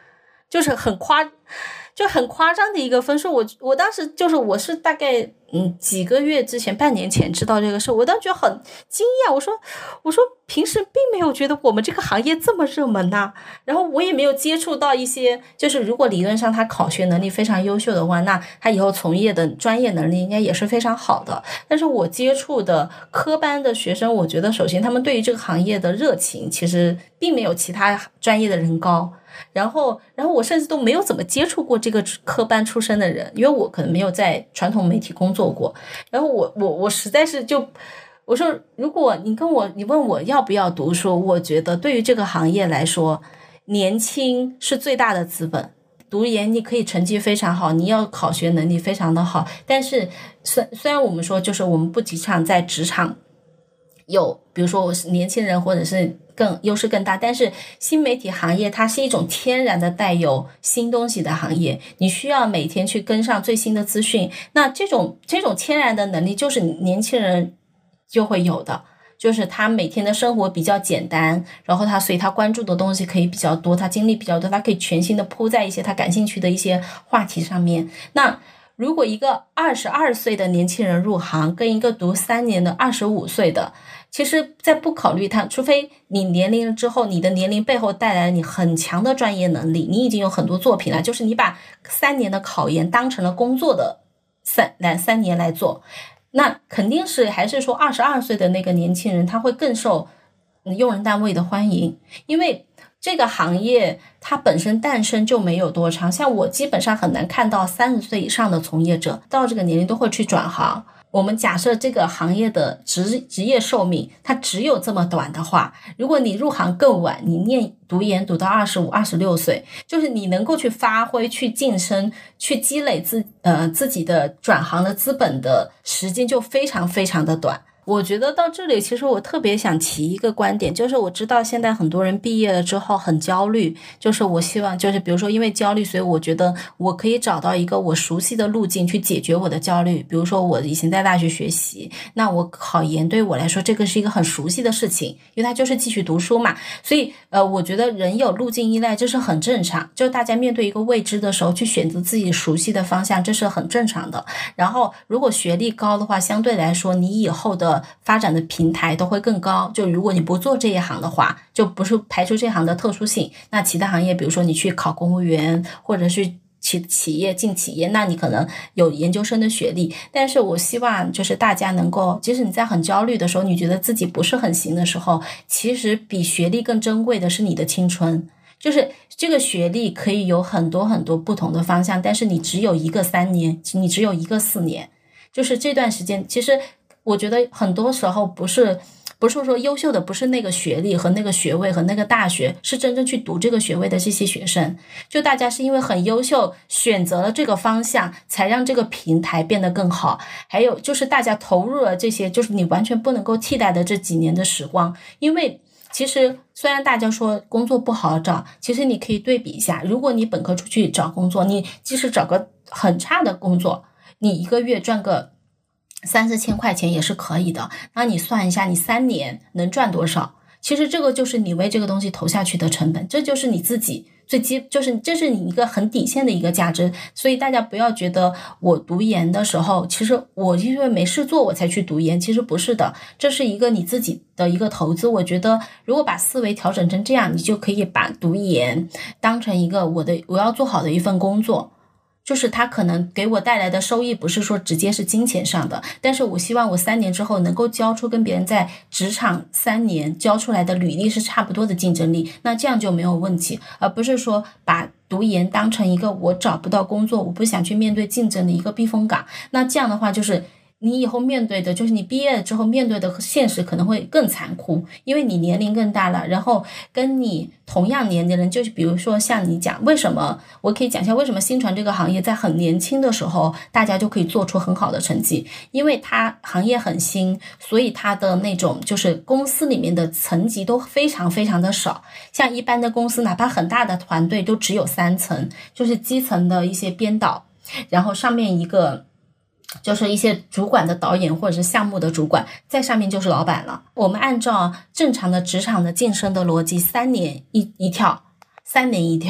就是很夸就很夸张的一个分数。我我当时就是我是大概嗯几个月之前半年前知道这个事，我当时觉得很惊讶，我说我说平时并没有觉得我们这个行业这么热门呐、啊，然后我也没有接触到一些就是如果理论上他考学能力非常优秀的话，那他以后从业的专业能力应该也是非常好的。但是我接触的科班的学生，我觉得首先他们对于这个行业的热情其实并没有其他专业的人高，然后然后我甚至都没有怎么接触过这个科班出身的人，因为我可能没有在传统媒体工作过，然后我我我实在是就我说如果你跟我你问我要不要读书，我觉得对于这个行业来说年轻是最大的资本。读研你可以成绩非常好，你要考学能力非常的好，但是虽虽然我们说就是我们不提倡在职场有比如说我是年轻人或者是更优势更大，但是新媒体行业它是一种天然的带有新东西的行业，你需要每天去跟上最新的资讯，那这种这种天然的能力就是年轻人就会有的，就是他每天的生活比较简单，然后他所以他关注的东西可以比较多，他精力比较多，他可以全心的扑在一些他感兴趣的一些话题上面。那如果一个二十二岁的年轻人入行跟一个读三年的二十五岁的，其实在不考虑他，除非你年龄之后你的年龄背后带来了你很强的专业能力，你已经有很多作品了，就是你把三年的考研当成了工作的三来三年来做，那肯定是还是说二十二岁的那个年轻人他会更受用人单位的欢迎，因为这个行业它本身诞生就没有多长，像我基本上很难看到三十岁以上的从业者到这个年龄都会去转行。我们假设这个行业的职职业寿命它只有这么短的话，如果你入行更晚，你念读研读到二十五、二十六岁，就是你能够去发挥、去晋升、去积累自呃自己的转行的资本的时间就非常非常的短。我觉得到这里其实我特别想提一个观点，就是我知道现在很多人毕业了之后很焦虑，就是我希望就是比如说因为焦虑，所以我觉得我可以找到一个我熟悉的路径去解决我的焦虑。比如说我以前在大学学习，那我考研对我来说这个是一个很熟悉的事情，因为它就是继续读书嘛，所以呃，我觉得人有路径依赖这是很正常，就大家面对一个未知的时候去选择自己熟悉的方向，这是很正常的。然后如果学历高的话，相对来说你以后的发展的平台都会更高，就如果你不做这一行的话，就不是排除这行的特殊性，那其他行业比如说你去考公务员或者是企企业进企业，那你可能有研究生的学历，但是我希望就是大家能够，即使你在很焦虑的时候，你觉得自己不是很行的时候，其实比学历更珍贵的是你的青春。就是这个学历可以有很多很多不同的方向，但是你只有一个三年，你只有一个四年，就是这段时间其实我觉得很多时候不是不是说优秀的不是那个学历和那个学位和那个大学，是真正去读这个学位的这些学生，就大家是因为很优秀选择了这个方向，才让这个平台变得更好。还有就是大家投入了这些就是你完全不能够替代的这几年的时光，因为其实虽然大家说工作不好找，其实你可以对比一下，如果你本科出去找工作，你即使找个很差的工作，你一个月赚个三四千块钱也是可以的，那你算一下你三年能赚多少，其实这个就是你为这个东西投下去的成本，这就是你自己最基就是这是你一个很底线的一个价值。所以大家不要觉得我读研的时候其实我因为没事做我才去读研，其实不是的，这是一个你自己的一个投资。我觉得如果把思维调整成这样，你就可以把读研当成一个我的我要做好的一份工作，就是它可能给我带来的收益不是说直接是金钱上的，但是我希望我三年之后能够交出跟别人在职场三年交出来的履历是差不多的竞争力，那这样就没有问题，而不是说把读研当成一个我找不到工作我不想去面对竞争的一个避风港。那这样的话就是你以后面对的就是你毕业之后面对的现实可能会更残酷，因为你年龄更大了，然后跟你同样年龄的人，就是比如说像你讲为什么我可以讲一下为什么新传这个行业在很年轻的时候大家就可以做出很好的成绩，因为它行业很新，所以它的那种就是公司里面的层级都非常非常的少，像一般的公司哪怕很大的团队都只有三层，就是基层的一些编导，然后上面一个就是一些主管的导演或者是项目的主管，在上面就是老板了。我们按照正常的职场的晋升的逻辑，三年一一跳，三年一跳，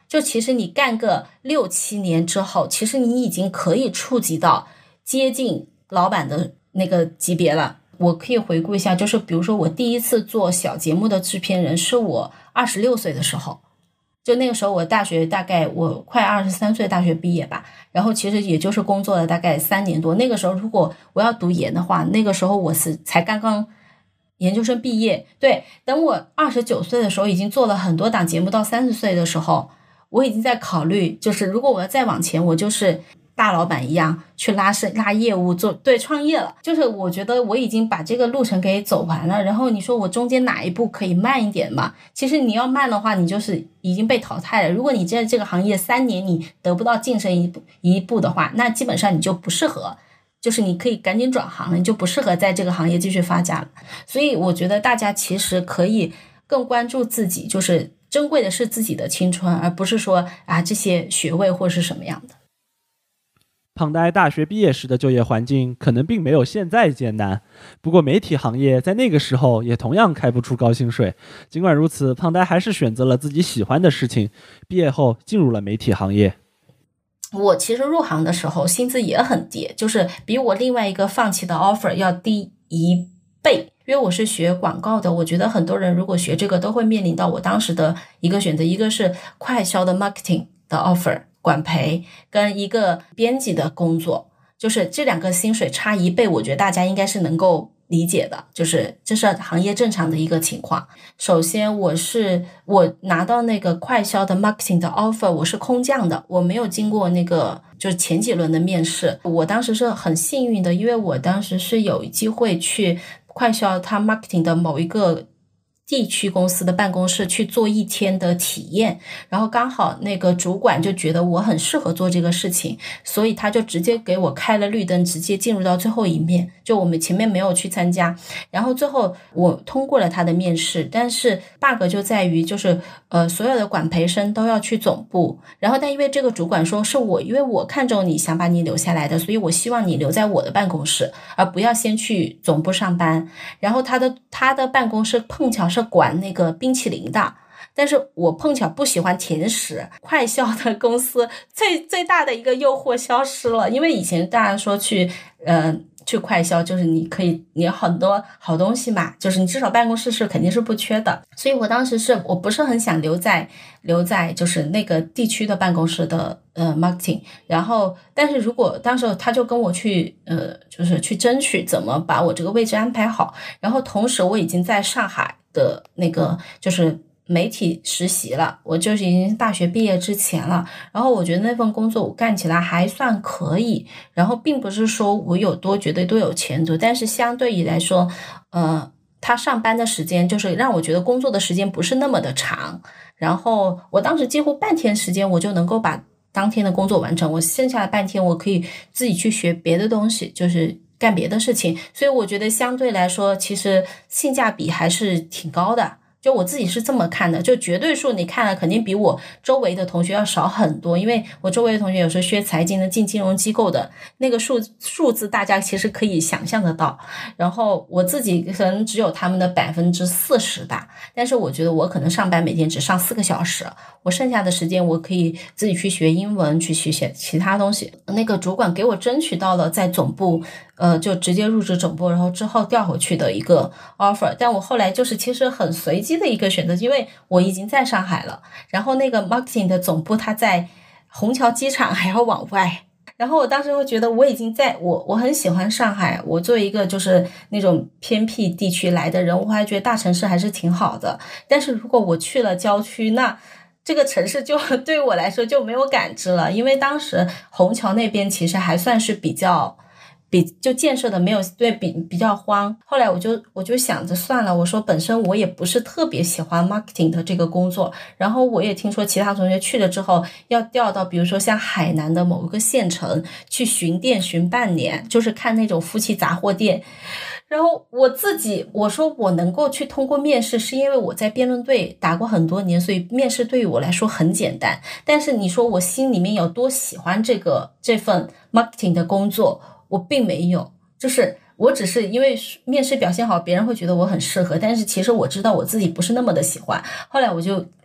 就其实你干个六七年之后，其实你已经可以触及到接近老板的那个级别了。我可以回顾一下，就是比如说我第一次做小节目的制片人是我二十六岁的时候，就那个时候我大学大概我快二十三岁大学毕业吧，然后其实也就是工作了大概三年多。那个时候如果我要读研的话，那个时候我是才刚刚研究生毕业，对，等我二十九岁的时候已经做了很多档节目，到三十岁的时候我已经在考虑，就是如果我要再往前，我就是大老板一样去拉生拉业务做对创业了。就是我觉得我已经把这个路程给走完了，然后你说我中间哪一步可以慢一点嘛？其实你要慢的话，你就是已经被淘汰了。如果你在这个行业三年你得不到晋升一步一步的话，那基本上你就不适合，就是你可以赶紧转行了，你就不适合在这个行业继续发展了。所以我觉得大家其实可以更关注自己，就是珍贵的是自己的青春，而不是说啊这些学位或是什么样的。 胖呆大学毕业时的就业环境可能并没有现在艰难，不过媒体行业在那个时候也同样开不出高薪水。尽管如此，胖呆还是选择了自己喜欢的事情，毕业后进入了媒体行业。 我其实入行的时候薪资也很低，就是比我另外一个放弃的 offer 要低一倍，因为我是学广告的。我觉得很多人如果学这个都会面临到我当时的一个选择，一个是快销的 marketing 的 offer 管培，跟一个编辑的工作，就是这两个薪水差一倍，我觉得大家应该是能够理解的，就是这是行业正常的一个情况。首先我是我拿到那个快销的 marketing 的 offer， 我是空降的，我没有经过那个就是前几轮的面试。我当时是很幸运的，因为我当时是有机会去快销它 marketing 的某一个地区公司的办公室去做一天的体验，然后刚好那个主管就觉得我很适合做这个事情，所以他就直接给我开了绿灯，直接进入到最后一面，就我们前面没有去参加。然后最后我通过了他的面试，但是 bug 就在于就是呃所有的管培生都要去总部，然后但因为这个主管说是我因为我看中你想把你留下来的，所以我希望你留在我的办公室，而不要先去总部上班。然后他的他的办公室碰巧是管那个冰淇淋的，但是我碰巧不喜欢甜食，快销的公司最最大的一个诱惑消失了。因为以前大家说去呃去快销就是你可以你有很多好东西嘛，就是你至少办公室是肯定是不缺的，所以我当时是我不是很想留在留在就是那个地区的办公室的呃 marketing。 然后但是如果当时他就跟我去呃就是去争取怎么把我这个位置安排好，然后同时我已经在上海的那个就是媒体实习了，我就是已经大学毕业之前了，然后我觉得那份工作我干起来还算可以，然后并不是说我有多觉得多有前途，但是相对于来说呃，他上班的时间就是让我觉得工作的时间不是那么的长，然后我当时几乎半天时间我就能够把当天的工作完成，我剩下的半天我可以自己去学别的东西，就是干别的事情，所以我觉得相对来说其实性价比还是挺高的，就我自己是这么看的。就绝对数你看了肯定比我周围的同学要少很多，因为我周围的同学有时候学财经的进金融机构的那个数数字大家其实可以想象得到，然后我自己可能只有他们的百分之四十吧，但是我觉得我可能上班每天只上四个小时，我剩下的时间我可以自己去学英文，去学写其他东西。那个主管给我争取到了在总部呃，就直接入职总部，然后之后调回去的一个 offer， 但我后来就是其实很随机的一个选择，因为我已经在上海了，然后那个 marketing 的总部它在虹桥机场还要往外，然后我当时会觉得我已经在我我很喜欢上海，我作为一个就是那种偏僻地区来的人，我还觉得大城市还是挺好的，但是如果我去了郊区，那这个城市就对我来说就没有感知了，因为当时虹桥那边其实还算是比较比就建设的没有对比比较荒。后来我就我就想着算了，我说本身我也不是特别喜欢 marketing 的这个工作，然后我也听说其他同学去了之后要调到比如说像海南的某一个县城去巡店巡半年，就是看那种夫妻杂货店。然后我自己我说我能够去通过面试是因为我在辩论队打过很多年，所以面试对于我来说很简单，但是你说我心里面有多喜欢这个这份 marketing 的工作我并没有，就是我只是因为面试表现好别人会觉得我很适合，但是其实我知道我自己不是那么的喜欢。后来我就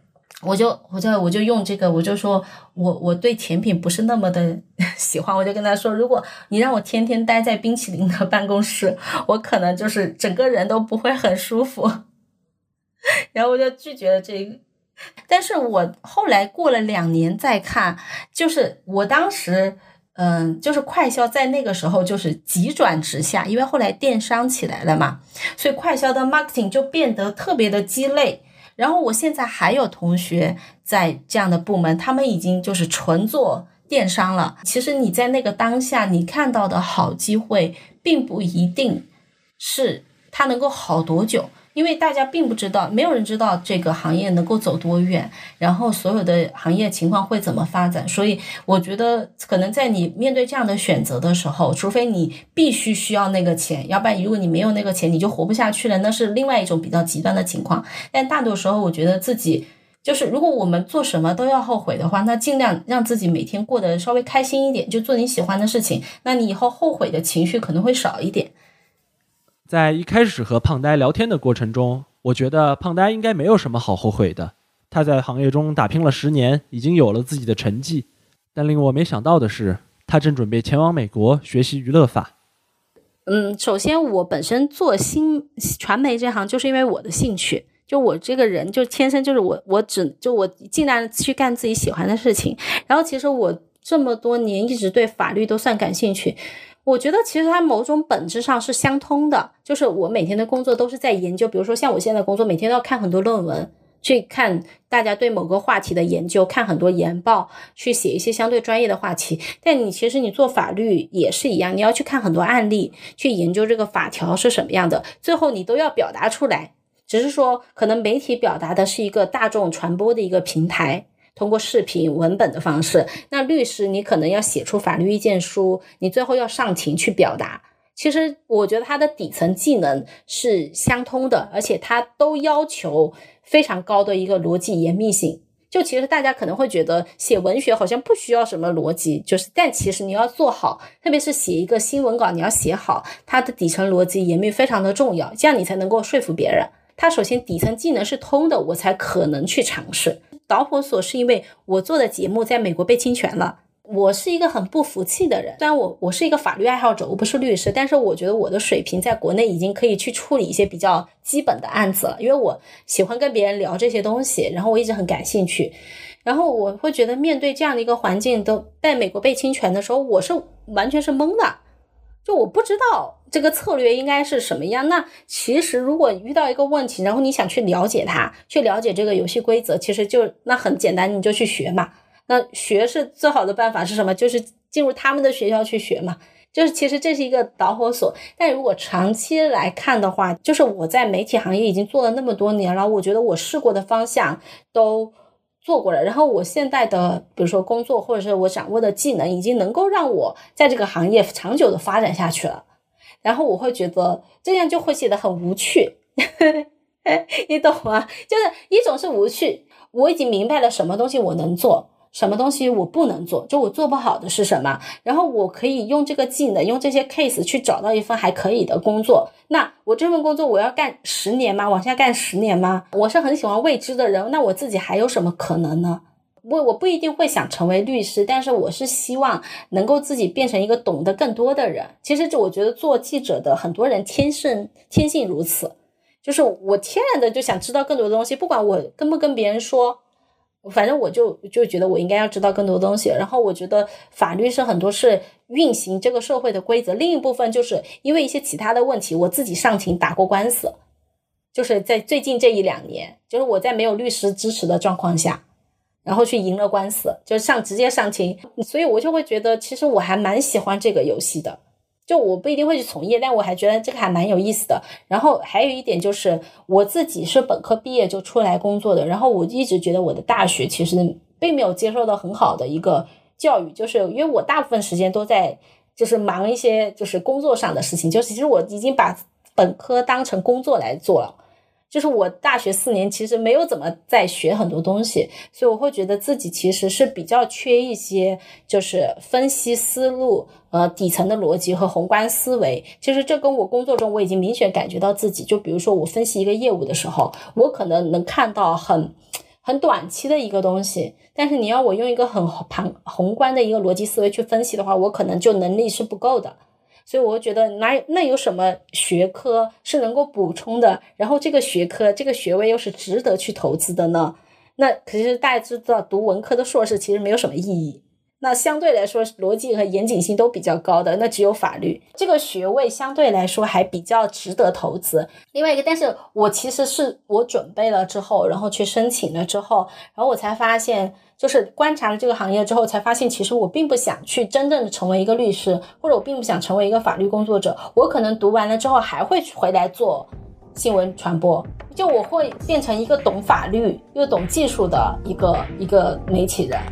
我就我就我就用这个，我就说我我对甜品不是那么的喜欢，我就跟他说，如果你让我天天待在冰淇淋的办公室，我可能就是整个人都不会很舒服。然后我就拒绝了这个。但是我后来过了两年再看，就是我当时嗯，就是快销在那个时候就是急转直下，因为后来电商起来了嘛，所以快销的 marketing 就变得特别的鸡肋。然后我现在还有同学在这样的部门，他们已经就是纯做电商了。其实你在那个当下你看到的好机会并不一定是它能够好多久，因为大家并不知道，没有人知道这个行业能够走多远，然后所有的行业情况会怎么发展。所以我觉得可能在你面对这样的选择的时候，除非你必须需要那个钱，要不然如果你没有那个钱你就活不下去了，那是另外一种比较极端的情况。但大多时候我觉得自己就是如果我们做什么都要后悔的话，那尽量让自己每天过得稍微开心一点，就做你喜欢的事情，那你以后后悔的情绪可能会少一点。 在一开始和胖呆聊天的过程中，我觉得胖呆应该没有什么好后悔的。他在行业中打拼了十年，已经有了自己的成绩。但令我没想到的是，他正准备前往美国学习娱乐法。 嗯，首先我本身做新传媒这行就是因为我的兴趣，就我这个人就天生就是我我只就我尽量去干自己喜欢的事情。然后其实我这么多年一直对法律都算感兴趣。我觉得其实它某种本质上是相通的，就是我每天的工作都是在研究，比如说像我现在的工作每天都要看很多论文，去看大家对某个话题的研究，看很多研报，去写一些相对专业的话题。但你其实你做法律也是一样，你要去看很多案例，去研究这个法条是什么样的，最后你都要表达出来。只是说可能媒体表达的是一个大众传播的一个平台，通过视频文本的方式，那律师你可能要写出法律意见书，你最后要上庭去表达。其实我觉得它的底层技能是相通的，而且它都要求非常高的一个逻辑严密性。就其实大家可能会觉得写文学好像不需要什么逻辑，就是但其实你要做好，特别是写一个新闻稿你要写好，它的底层逻辑严密非常的重要，这样你才能够说服别人。它首先底层技能是通的，我才可能去尝试。导火索是因为我做的节目在美国被侵权了，我是一个很不服气的人。虽然我我是一个法律爱好者，我不是律师，但是我觉得我的水平在国内已经可以去处理一些比较基本的案子了，因为我喜欢跟别人聊这些东西，然后我一直很感兴趣。然后我会觉得面对这样的一个环境都在美国被侵权的时候，我是完全是懵的，就我不知道这个策略应该是什么样。那其实如果遇到一个问题，然后你想去了解它，去了解这个游戏规则，其实就那很简单，你就去学嘛。那学是最好的办法是什么？就是进入他们的学校去学嘛。就是其实这是一个导火索。但如果长期来看的话，就是我在媒体行业已经做了那么多年了，我觉得我试过的方向都做过了，然后我现在的比如说工作或者是我掌握的技能已经能够让我在这个行业长久的发展下去了。然后我会觉得这样就会显得很无趣你懂吗？就是一种是无趣，我已经明白了什么东西我能做，什么东西我不能做，就我做不好的是什么，然后我可以用这个技能，用这些 case 去找到一份还可以的工作。那我这份工作我要干十年吗？往下干十年吗？我是很喜欢未知的人，那我自己还有什么可能呢？我我不一定会想成为律师，但是我是希望能够自己变成一个懂得更多的人。其实我觉得做记者的很多人天生天性如此，就是我天然的就想知道更多的东西，不管我跟不跟别人说，反正我就就觉得我应该要知道更多的东西。然后我觉得法律是很多是运行这个社会的规则，另一部分就是因为一些其他的问题，我自己上庭打过官司，就是在最近这一两年，就是我在没有律师支持的状况下，然后去赢了官司，就上直接上庭。所以我就会觉得其实我还蛮喜欢这个游戏的，就我不一定会去从业，但我还觉得这个还蛮有意思的。然后还有一点就是我自己是本科毕业就出来工作的，然后我一直觉得我的大学其实并没有接受到很好的一个教育，就是因为我大部分时间都在就是忙一些就是工作上的事情，就是其实我已经把本科当成工作来做了，就是我大学四年其实没有怎么在学很多东西，所以我会觉得自己其实是比较缺一些就是分析思路，呃，底层的逻辑和宏观思维。其实这跟我工作中我已经明显感觉到自己，就比如说我分析一个业务的时候，我可能能看到很很短期的一个东西，但是你要我用一个很庞宏观的一个逻辑思维去分析的话，我可能就能力是不够的。所以我觉得哪那有什么学科是能够补充的，然后这个学科这个学位又是值得去投资的呢？那可是大家知道读文科的硕士其实没有什么意义，那相对来说逻辑和严谨性都比较高的，那只有法律这个学位相对来说还比较值得投资。另外一个，但是我其实是我准备了之后，然后去申请了之后，然后我才发现，就是观察了这个行业之后才发现，其实我并不想去真正的成为一个律师，或者我并不想成为一个法律工作者，我可能读完了之后还会回来做新闻传播，就我会变成一个懂法律又懂技术的一个一个媒体人。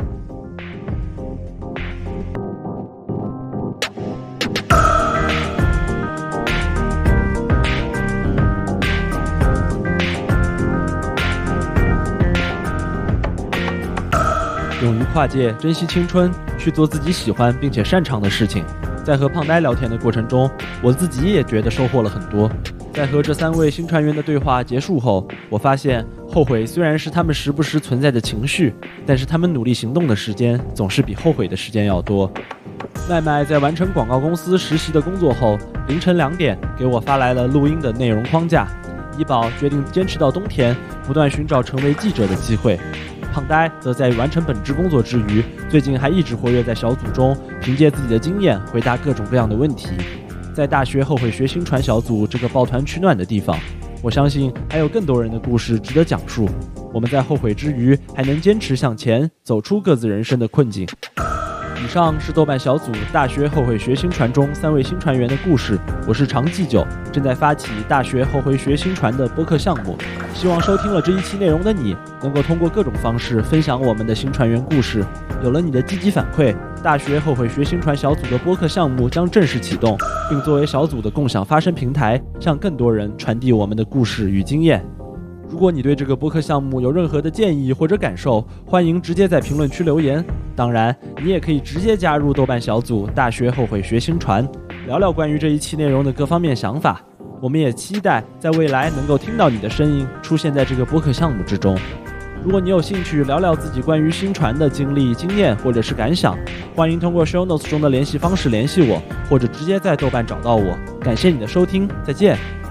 勇于跨界，珍惜青春，去做自己喜欢并且擅长的事情。在和胖呆聊天的过程中，我自己也觉得收获了很多。在和这三位新船员的对话结束后，我发现后悔虽然是他们时不时存在的情绪，但是他们努力行动的时间总是比后悔的时间要多。麦麦在完成广告公司实习的工作后，凌晨两点给我发来了录音的内容框架。怡宝决定坚持到冬天，不断寻找成为记者的机会。胖呆则在完成本职工作之余，最近还一直活跃在小组中，凭借自己的经验回答各种各样的问题。在大学后悔学新传小组这个抱团取暖的地方，我相信还有更多人的故事值得讲述。我们在后悔之余，还能坚持向前，走出各自人生的困境。以上是豆瓣小组大学后悔学新传中三位新传员的故事。我是长记久，正在发起大学后悔学新传的播客项目。希望收听了这一期内容的你，能够通过各种方式分享我们的新传员故事。有了你的积极反馈，大学后悔学新传小组的播客项目将正式启动，并作为小组的共享发声平台，向更多人传递我们的故事与经验。如果你对这个播客项目有任何的建议或者感受，欢迎直接在评论区留言。当然，你也可以直接加入豆瓣小组大学后悔学新传，聊聊关于这一期内容的各方面想法。我们也期待在未来能够听到你的声音出现在这个播客项目之中。如果你有兴趣聊聊自己关于新传的经历、经验或者是感想，欢迎通过 show notes 中的联系方式联系我，或者直接在豆瓣找到我。感谢你的收听，再见。